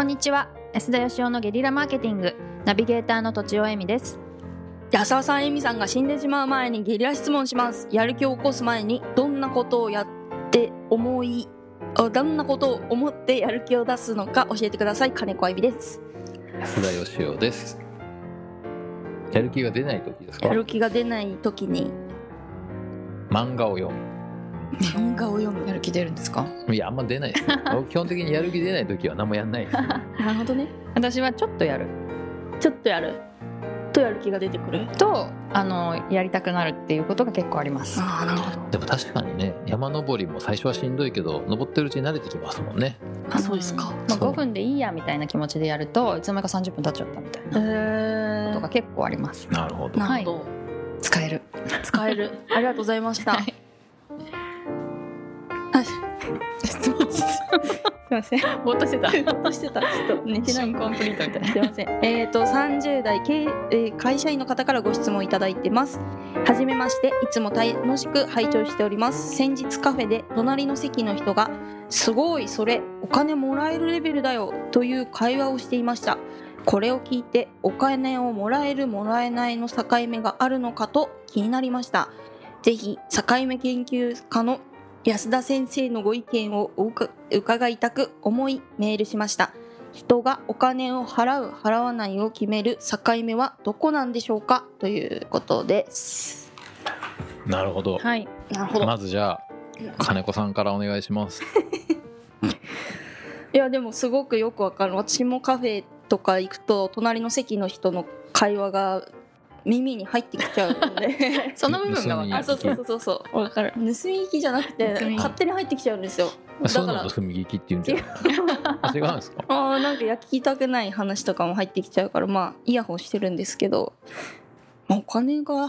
こんにちは、安田義雄のゲリラマーケティングナビゲーターのとちおえみです。 安田さん、えみさんが死んでしまう前にゲリラ質問します。やる気を起こす前にどんなことを思ってやる気を出すのか教えてください。金子あいびです。 安田義雄です。やる気が出ない時ですか？ やる気が出ない時に漫画を読む。 漫画を読む。 やる気出るんですか？ いや、あんま出ないです基本的にやる気出ない時は何もやんないですなるほどね。 私はちょっとやるとやる気が出てくるとやりたくなるっていうことが結構あります。 なるほど。 でも確かにね、山登りも最初はしんどいけど登ってるうちに慣れてきますもんね。 そうですか。 5分でいいやみたいな気持ちでやるといつの間にか30分経っちゃったみたいなことが結構あります。 なるほど。 なるほど、 使えるありがとうございました、 はいすいません、 ぼーっとしてたちょっと寝てないコンプリートみたいな。 すいません。30代会社員の方からご質問いただいてます。はじめまして、いつも楽しく拝聴しております。先日カフェで隣の席の人がすごい、それお金もらえるレベルだよという会話をしていました。これを聞いてお金をもらえるもらえないの境目があるのかと気になりました。ぜひ境目研究家の安田先生のご意見を伺いたく思いメールしました。人がお金を払う払わないを決める境目はどこなんでしょうか、ということです。 なるほど、 はい、 なるほど。 まずじゃあ金子さんからお願いしますいやでもすごくよくわかる。私もカフェとか行くと隣の席の人の会話が耳に入ってきちゃうのでその部分が分かる。 そう分かる。盗み聞きじゃなくて勝手に入ってきちゃうんですよ。 そういうの盗み聞きって言うんじゃない違うんですか？ なんか聞きたくない話とかも入ってきちゃうから、イヤホンしてるんですけど、お金が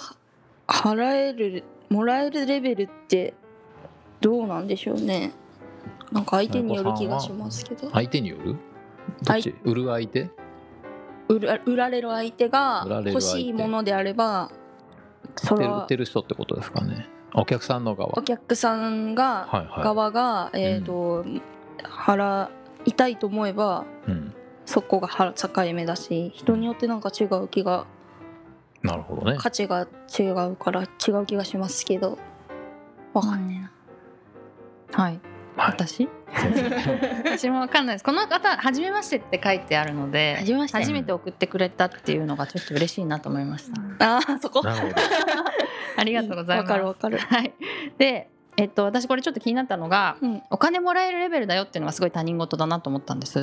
もらえるレベルってどうなんでしょうね。なんか相手による気がしますけど。 相手による？どっち？売る相手？ 売られる相手が欲しいものであれば、それは売ってる人ってことですかね。お客さんの側。 お客さんが、側が、払いたいと思えば、そこが境目だし、人によってなんか違う気が、 なるほどね。 価値が違うから違う気がしますけど、わかんねえな。 はい、私も分かんないです。この方初めましてって書いてあるので、初めて送ってくれたっていうのがちょっと嬉しいなと思いました。 そこなるほどありがとうございます。 わかる、 はい、で、私これちょっと気になったのが、お金もらえるレベルだよっていうのがすごい他人事だなと思ったんです。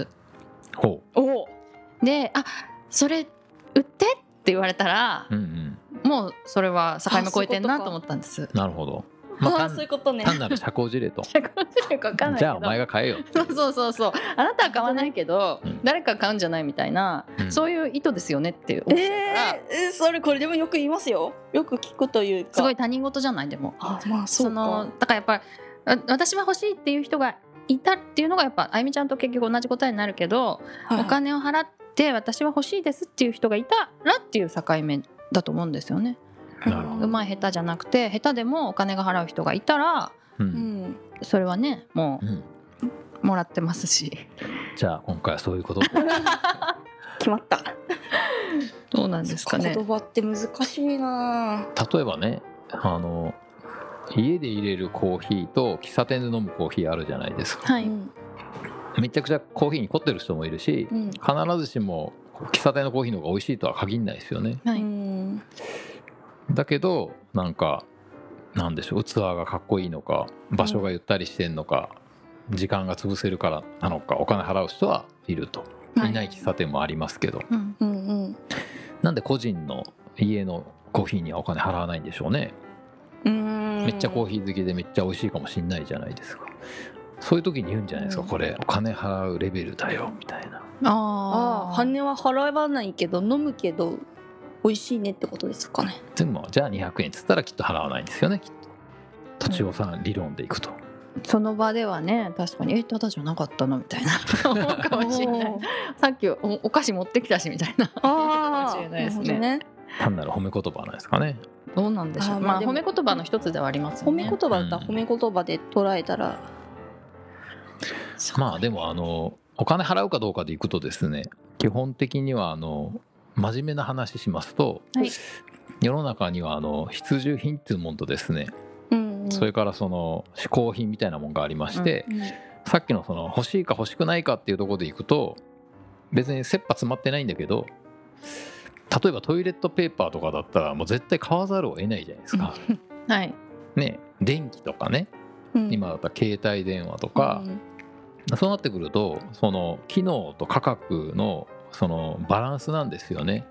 で、それ売ってって言われたら、もうそれは境目超えてんなと思ったんです。 なるほど。 そういうことね。 単なる社交辞令と。 社交辞令か分かんないけど、 じゃあお前が買えよ。 そうあなたは買わないけど、誰か買うんじゃないみたいな、そういう意図ですよねって思っちゃうから、 それこれでもよく言いますよ。よく聞くというか、 すごい他人事じゃない。でもそうか。 だからやっぱり私は欲しいっていう人がいたっていうのがやっぱあゆみちゃんと結局同じ答えになるけど、お金を払って私は欲しいですっていう人がいたらっていう境目だと思うんですよね。うまい下手じゃなくて、下手でもお金が払う人がいたら、それはねもう、もらってますし。 じゃあ今回はそういうこと決まった。 どうなんですかね。 言葉って難しいな。 例えばね、家で入れるコーヒーと喫茶店で飲むコーヒーあるじゃないですか。めちゃくちゃコーヒーに凝ってる人もいるし、必ずしも喫茶店のコーヒーの方が美味しいとは限らないですよね。だけどなんでしょう、器がかっこいいのか、場所がゆったりしてんのか、時間が潰せるからなのか、お金払う人はいると。いない喫茶店もありますけど、なんで個人の家のコーヒーにはお金払わないんでしょうね。めっちゃコーヒー好きでめっちゃ美味しいかもしんないじゃないですか。そういう時に言うんじゃないですか、これお金払うレベルだよみたいな。 金は払わないけど飲むけど美味しいねってことですかね。 でもじゃあ200円っつったらきっと払わないんですよね、きっと。とちおさん理論でいくと、 その場ではね、確かにただじゃなかったのみたいな思うかもしれないさっき お菓子持ってきたしみたいなかもしれないですね。 単なる褒め言葉なんですかね。 どうなんでしょう。褒め言葉の一つではありますよね。 褒め言葉だったら褒め言葉で捉えたら、 でもお金払うかどうかでいくとですね、基本的には真面目な話しますと、はい、世の中には必需品っていうものとですね、それからその嗜好品みたいなものがありまして、さっきのその欲しいか欲しくないかっていうところでいくと別に切羽詰まってないんだけど、例えばトイレットペーパーとかだったらもう絶対買わざるを得ないじゃないですかはいね、電気とかね、今だったら携帯電話とか、そうなってくるとその機能と価格のそのバランスなんですよね、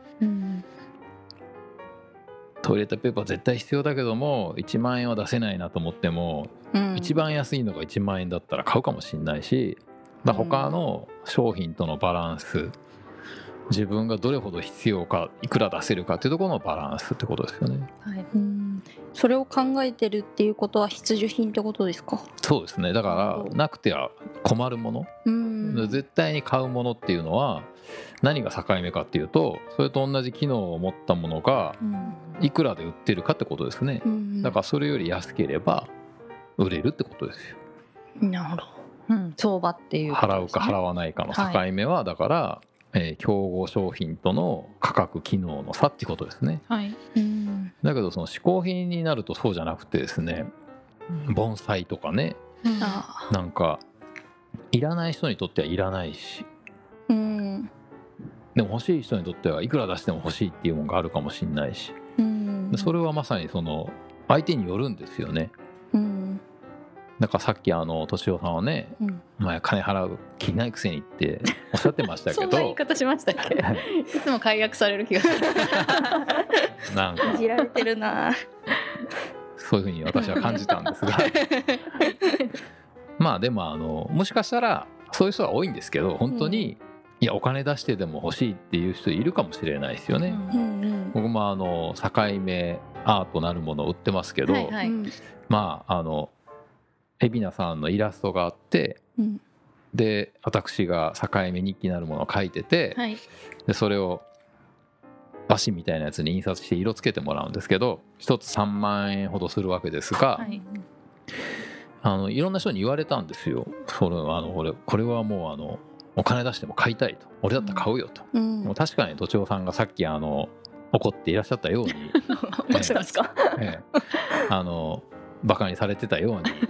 トイレットペーパー絶対必要だけども1万円は出せないなと思っても、一番安いのが1万円だったら買うかもしれないし、他の商品とのバランス、自分がどれほど必要かいくら出せるかっていうところのバランスってことですよね、 はい、それを考えてるっていうことは必需品ってことですか？ そうですね。だからなくては困るもの、絶対に買うものっていうのは何が境目かっていうと、それと同じ機能を持ったものがいくらで売ってるかってことですね、だからそれより安ければ売れるってことですよ。 なるほど、 相場っていうことですね。 払うか払わないかの境目はだから、競合商品との価格機能の差っていうことですね、はい、だけどその嗜好品になるとそうじゃなくてですね、盆栽とかね、なんかいらない人にとってはいらないし、でも欲しい人にとってはいくら出しても欲しいっていうものがあるかもしれないし、それはまさにその相手によるんですよね。だからさっき敏夫さんはね、お前金払う気ないくせにっておっしゃってましたけどそんな言い方しましたっけいつも解約される気がするなんかいじられてるな。 そういうふうに私は感じたんですがまあでももしかしたらそういう人は多いんですけど、本当に、いやお金出してでも欲しいっていう人いるかもしれないですよね、僕も境目アートなるものを売ってますけど、まあ海老名さんのイラストがあって、で私が境目日記なるものを書いてて、でそれを和紙みたいなやつに印刷して色つけてもらうんですけど、1つ3万円ほどするわけですが、いろんな人に言われたんですよ。これはもうお金出しても買いたいと、俺だったら買うよと、もう確かに土地さんがさっき怒っていらっしゃったように怒ってますか？ バカにされてたように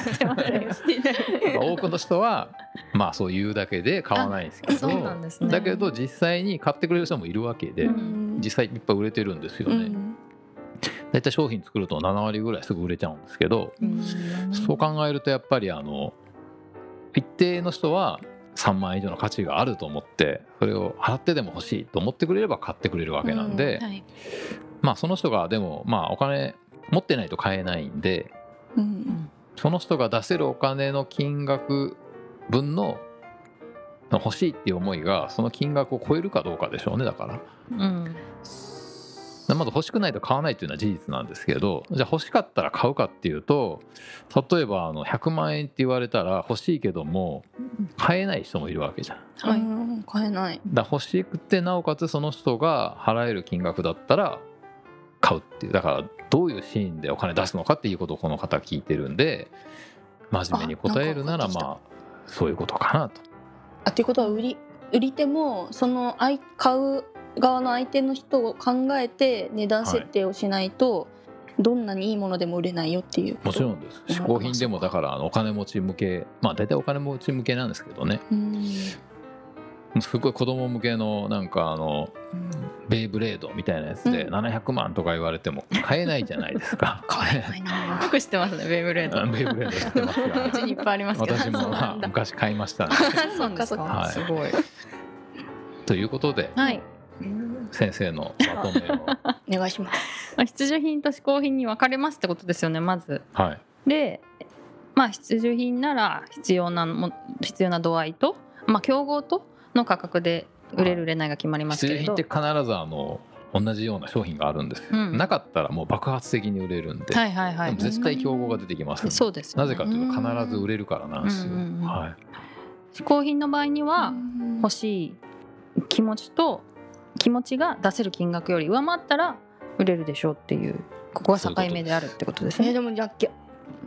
多くの人はまあそう言うだけで買わないんですけど、だけど実際に買ってくれる人もいるわけで、実際いっぱい売れてるんですよね、だいたい商品作ると7割ぐらいすぐ売れちゃうんですけど、そう考えるとやっぱり一定の人は3万円以上の価値があると思ってそれを払ってでも欲しいと思ってくれれば買ってくれるわけなんで、まあその人がでもまあお金持ってないと買えないんで、その人が出せるお金の金額分の欲しいっていう思いがその金額を超えるかどうかでしょうね。だから、まず欲しくないと買わないっていうのは事実なんですけど、じゃあ欲しかったら買うかっていうと、例えば100万円って言われたら欲しいけども買えない人もいるわけじゃん、 買えない。 だ欲しくてなおかつその人が払える金額だったら買うっていう、だからどういうシーンでお金出すのかっていうことをこの方聞いてるんで、真面目に答えるならまあそういうことかなと。 っていうことは売り手もその買う側の相手の人を考えて値段設定をしないと、どんなにいいものでも売れないよっていうこと。 もちろんです。嗜好品でもだからお金持ち向け、まあ大体お金持ち向けなんですけどね、すごい子供向けのなんかベイブレードみたいなやつで700万とか言われても買えないじゃないですか。 買えないな。 よく知ってますね、ベイブレード。 ベイブレード知ってますよ。 うちにいっぱいありますけど。 私も昔買いましたね。 そうですか。すごい。 ということで、先生のまとめをお願いします。 必需品と嗜好品に分かれますってことですよね、まず。で、まあ必需品なら必要な度合いと、まあ競合との価格で売れる売れないが決まりますけど、 必需品って必ず同じような商品があるんですよ、なかったらもう爆発的に売れるんで、でも絶対競合が出てきます、 そうです、 なぜかというと必ず売れるからなんですよ、 嗜好品の場合には欲しい気持ちが出せる金額より上回ったら売れるでしょうっていう、ここが境目であるってことですね。 でもじゃあ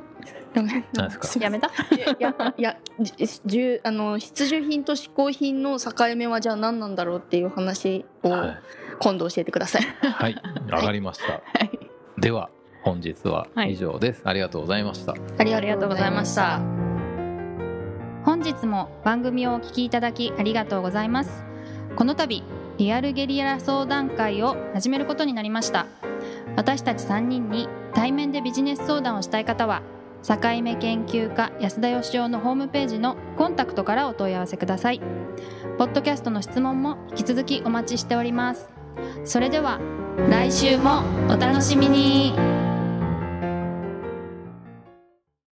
何ですか？ やめた？ いや必需品と嗜好品の境目はじゃあ何なんだろうっていう話を今度教えてください。 はい、わかりました。はい、では本日は以上です。ありがとうございました。 ありがとうございました。 本日も番組をお聞きいただきありがとうございます。この度リアルゲリラ相談会を始めることになりました。私たち3人に対面でビジネス相談をしたい方は境目研究家安田義雄のホームページのコンタクトからお問い合わせください。ポッドキャストの質問も引き続きお待ちしております。それでは来週もお楽しみに。